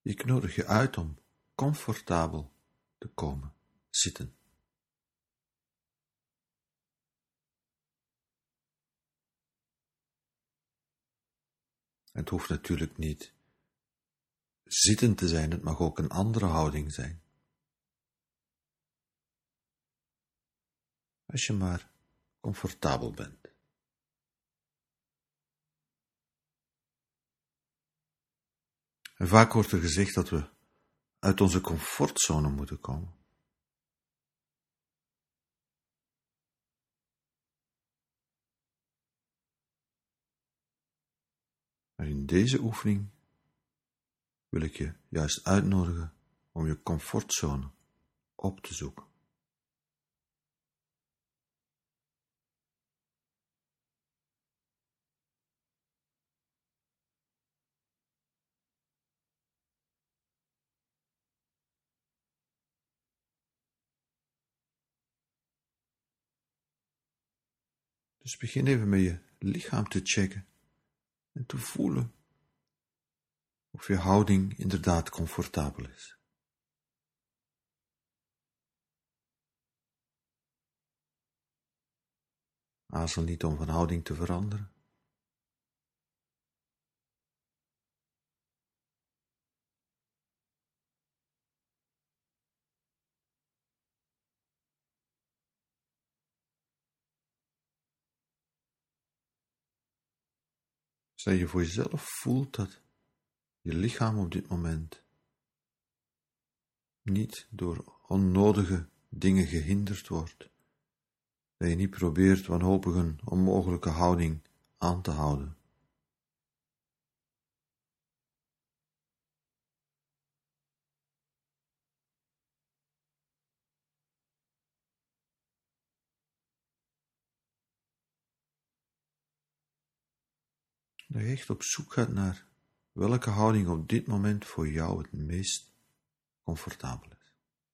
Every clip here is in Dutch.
Ik nodig je uit om comfortabel te komen zitten. Het hoeft natuurlijk niet zitten te zijn, het mag ook een andere houding zijn. Als je maar comfortabel bent. En vaak wordt er gezegd dat we uit onze comfortzone moeten komen. Maar in deze oefening wil ik je juist uitnodigen om je comfortzone op te zoeken. Dus begin even met je lichaam te checken en te voelen of je houding inderdaad comfortabel is. Aarzel niet om van houding te veranderen. Zodat je voor jezelf voelt dat je lichaam op dit moment niet door onnodige dingen gehinderd wordt. Dat je niet probeert wanhopig een onmogelijke houding aan te houden. Dat je echt op zoek gaat naar welke houding op dit moment voor jou het meest comfortabel is.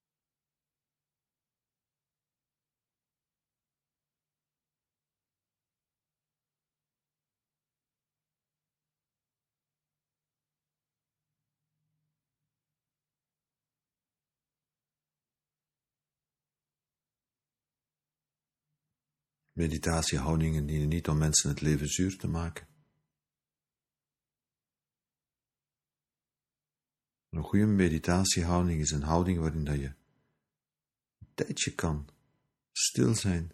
Meditatiehoudingen dienen niet om mensen het leven zuur te maken. Een goede meditatiehouding is een houding waarin dat je een tijdje kan stil zijn,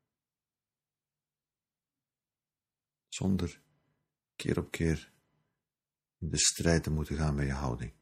zonder keer op keer in de strijd te moeten gaan met je houding.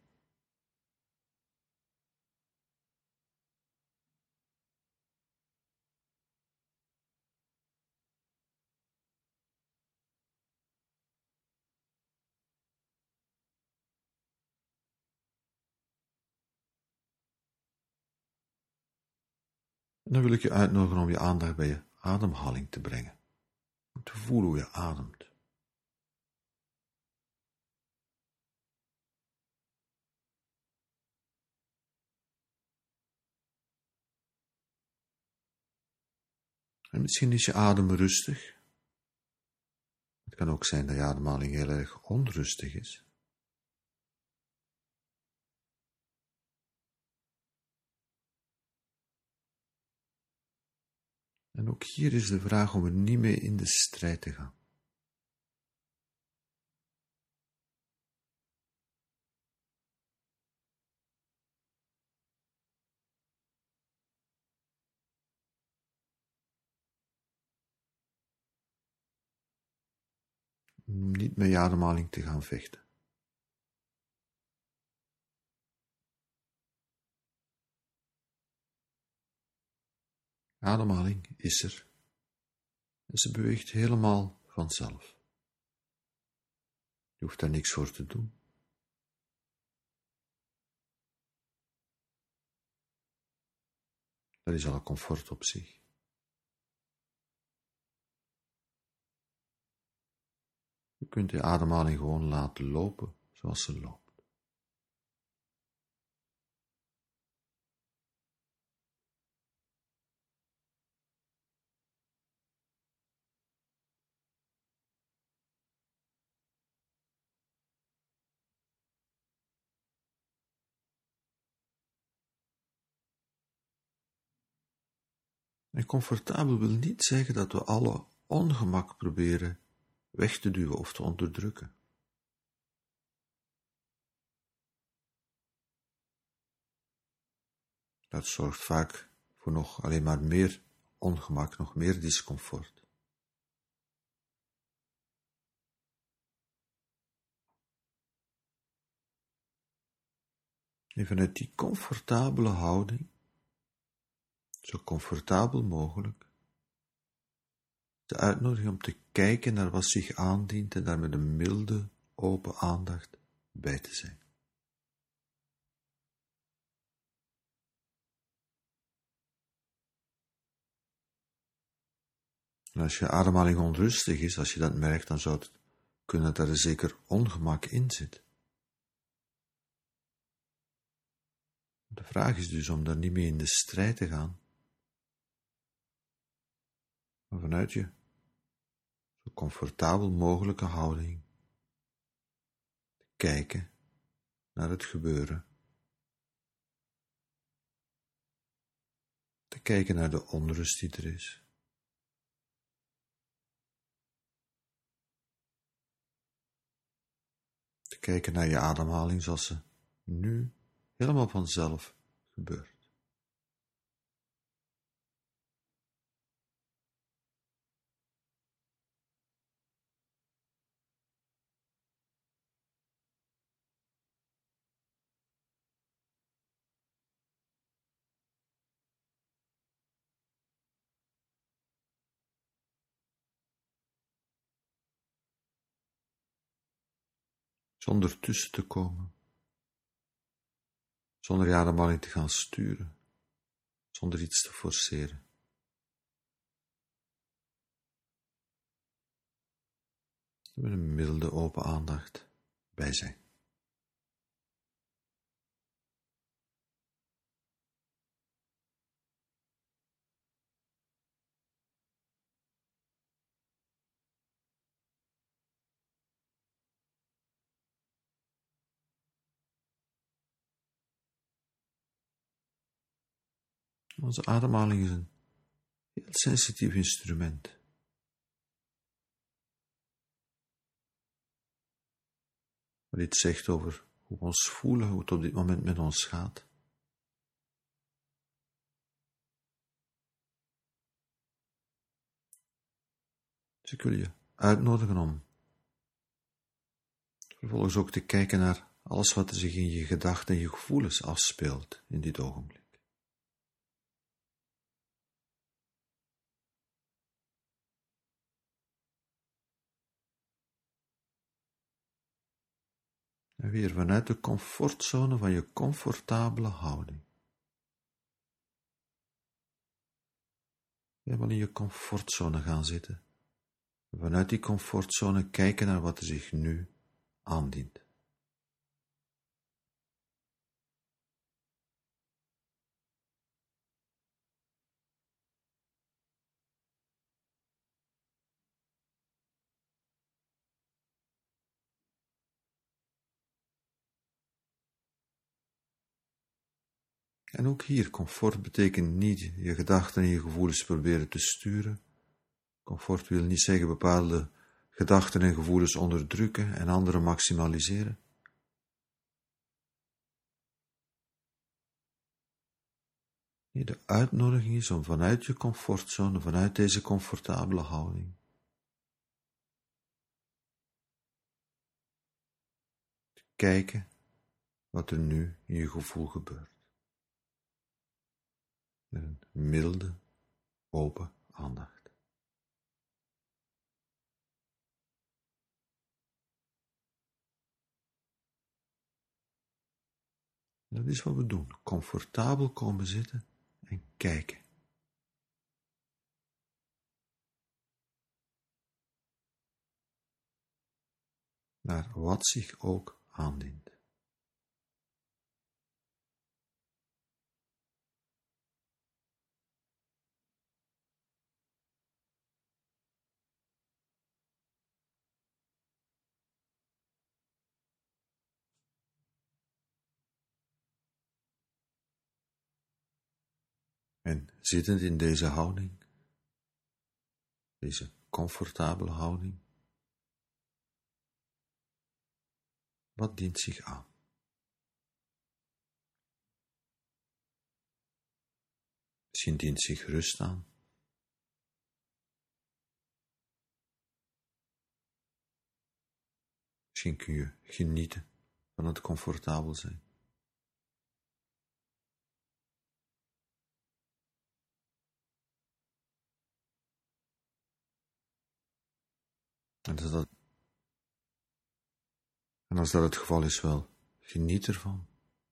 En dan wil ik je uitnodigen om je aandacht bij je ademhaling te brengen. Om te voelen hoe je ademt. En misschien is je adem rustig. Het kan ook zijn dat je ademhaling heel erg onrustig is. En ook hier is de vraag om er niet mee in de strijd te gaan. Niet met je ademhaling te gaan vechten. Ademhaling is er. En ze beweegt helemaal vanzelf. Je hoeft daar niks voor te doen. Dat is al een comfort op zich. Je kunt je ademhaling gewoon laten lopen zoals ze loopt. En comfortabel wil niet zeggen dat we alle ongemak proberen weg te duwen of te onderdrukken. Dat zorgt vaak voor nog alleen maar meer ongemak, nog meer discomfort. En vanuit die comfortabele houding, zo comfortabel mogelijk, de uitnodiging om te kijken naar wat zich aandient en daar met een milde, open aandacht bij te zijn. En als je ademhaling onrustig is, als je dat merkt, dan zou het kunnen dat er zeker ongemak in zit. De vraag is dus om daar niet mee in de strijd te gaan, maar vanuit je zo comfortabel mogelijke houding te kijken naar het gebeuren, te kijken naar de onrust die er is. Te kijken naar je ademhaling zoals ze nu helemaal vanzelf gebeurt. Zonder tussen te komen, zonder je ademhaling te gaan sturen, zonder iets te forceren. Met een milde open aandacht bij zijn. Onze ademhaling is een heel sensitief instrument. Wat iets zegt over hoe we ons voelen, hoe het op dit moment met ons gaat. Dus ik wil je uitnodigen om vervolgens ook te kijken naar alles wat er zich in je gedachten en je gevoelens afspeelt in dit ogenblik. En weer vanuit de comfortzone van je comfortabele houding. Helemaal in je comfortzone gaan zitten. En vanuit die comfortzone kijken naar wat er zich nu aandient. En ook hier, comfort betekent niet je gedachten en je gevoelens proberen te sturen. Comfort wil niet zeggen bepaalde gedachten en gevoelens onderdrukken en andere maximaliseren. Nee, de uitnodiging is om vanuit je comfortzone, vanuit deze comfortabele houding, te kijken wat er nu in je gevoel gebeurt. Met een milde, open aandacht. Dat is wat we doen. Comfortabel komen zitten en kijken. Naar wat zich ook aandient. En zittend in deze houding, deze comfortabele houding, wat dient zich aan? Misschien dient zich rust aan. Misschien kun je genieten van het comfortabel zijn. En als dat het geval is, wel, geniet ervan.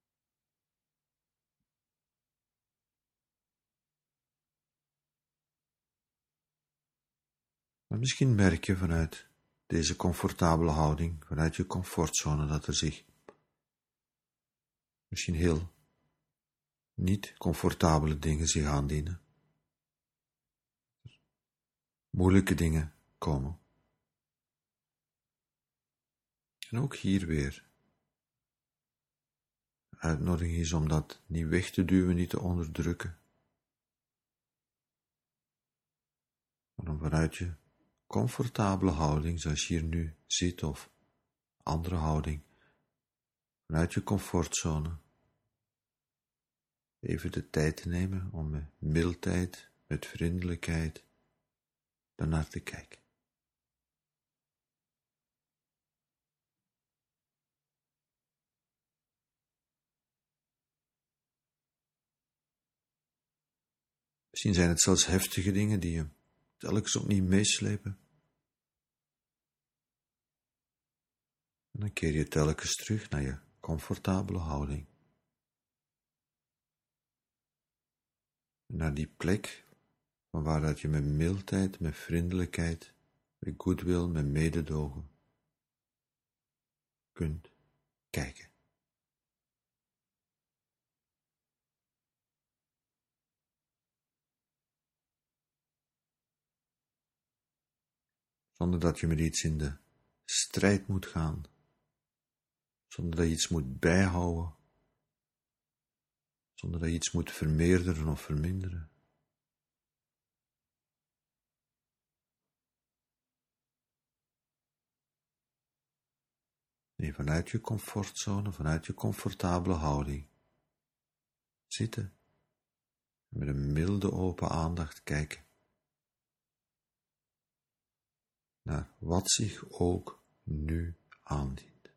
Maar misschien merk je vanuit deze comfortabele houding, vanuit je comfortzone, dat er zich misschien heel niet comfortabele dingen zich aandienen. Moeilijke dingen komen. En ook hier weer. De uitnodiging is om dat niet weg te duwen, niet te onderdrukken. Maar om vanuit je comfortabele houding, zoals je hier nu zit, of andere houding, vanuit je comfortzone, even de tijd te nemen om met mildheid, met vriendelijkheid, daarnaar te kijken. Misschien zijn het zelfs heftige dingen die je telkens opnieuw meeslepen. En dan keer je telkens terug naar je comfortabele houding. En naar die plek van waaruit je met mildheid, met vriendelijkheid, met goodwill, met mededogen kunt kijken. Zonder dat je met iets in de strijd moet gaan, zonder dat je iets moet bijhouden, zonder dat je iets moet vermeerderen of verminderen. Nee, vanuit je comfortzone, vanuit je comfortabele houding, zitten en met een milde open aandacht kijken naar wat zich ook nu aandient.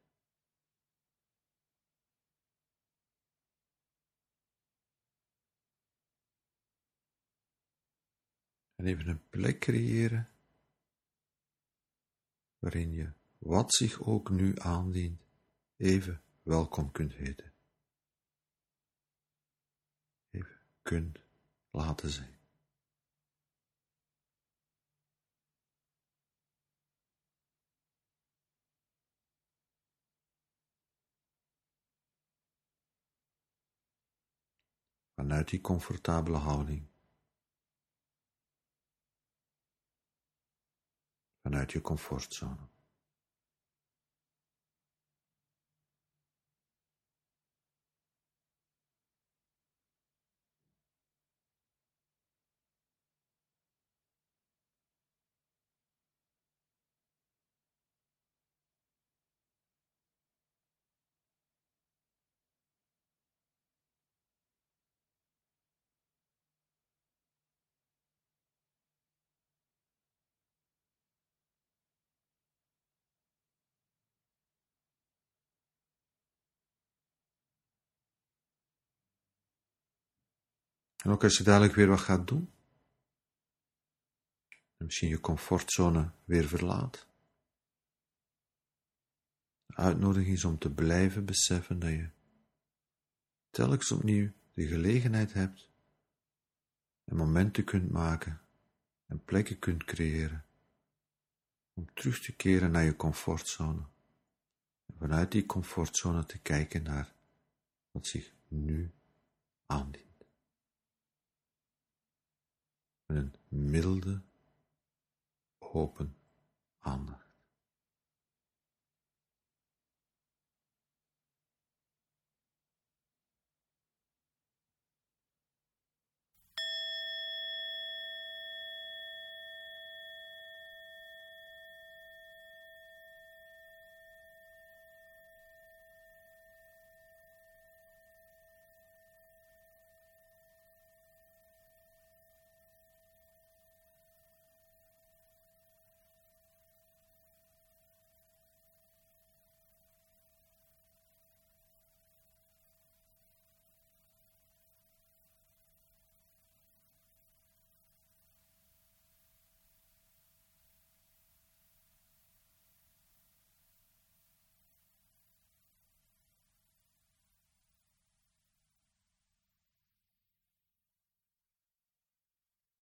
En even een plek creëren waarin je wat zich ook nu aandient even welkom kunt heten. Even kunt laten zijn. Vanuit die comfortabele houding. Vanuit je comfortzone. En ook als je dadelijk weer wat gaat doen, en misschien je comfortzone weer verlaat, de uitnodiging is om te blijven beseffen dat je telkens opnieuw de gelegenheid hebt en momenten kunt maken en plekken kunt creëren om terug te keren naar je comfortzone en vanuit die comfortzone te kijken naar wat zich nu aandient. Met een milde, open aandacht.